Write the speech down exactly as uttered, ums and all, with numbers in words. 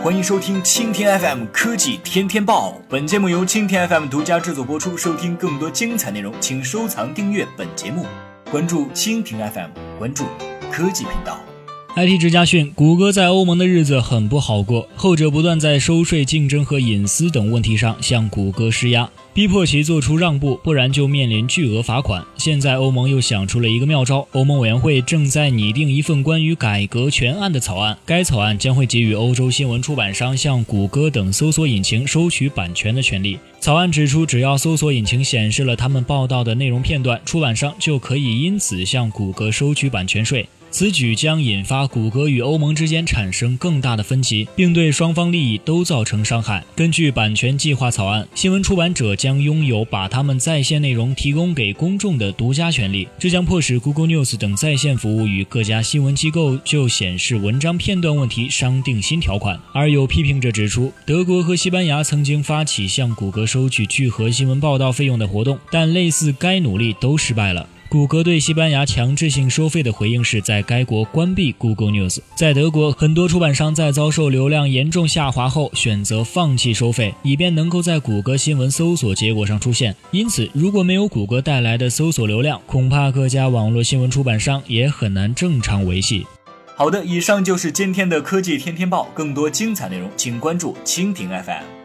欢迎收听蜻蜓 F M 科技天天报。本节目由蜻蜓 F M 独家制作播出。收听更多精彩内容，请收藏订阅本节目，关注蜻蜓 F M， 关注科技频道。 I T 之家讯，谷歌在欧盟的日子很不好过，后者不断在收税、竞争和隐私等问题上向谷歌施压，逼迫其做出让步，不然就面临巨额罚款。现在欧盟又想出了一个妙招，欧盟委员会正在拟定一份关于改革全案的草案，该草案将会给予欧洲新闻出版商向谷歌等搜索引擎收取版权的权利。草案指出，只要搜索引擎显示了他们报道的内容片段，出版商就可以因此向谷歌收取版权税。此举将引发谷歌与欧盟之间产生更大的分歧，并对双方利益都造成伤害。根据版权计划草案，新闻出版者将拥有把他们在线内容提供给公众的独家权利，这将迫使 Google News 等在线服务与各家新闻机构就显示文章片段问题商定新条款。而有批评者指出，德国和西班牙曾经发起向谷歌收取聚合新闻报道费用的活动，但类似该努力都失败了。谷歌对西班牙强制性收费的回应是在该国关闭 Google News。在德国，很多出版商在遭受流量严重下滑后选择放弃收费，以便能够在谷歌新闻搜索结果上出现。因此，如果没有谷歌带来的搜索流量，恐怕各家网络新闻出版商也很难正常维系。 好的，以上就是今天的科技天天报，更多精彩内容请关注蜻蜓 F M。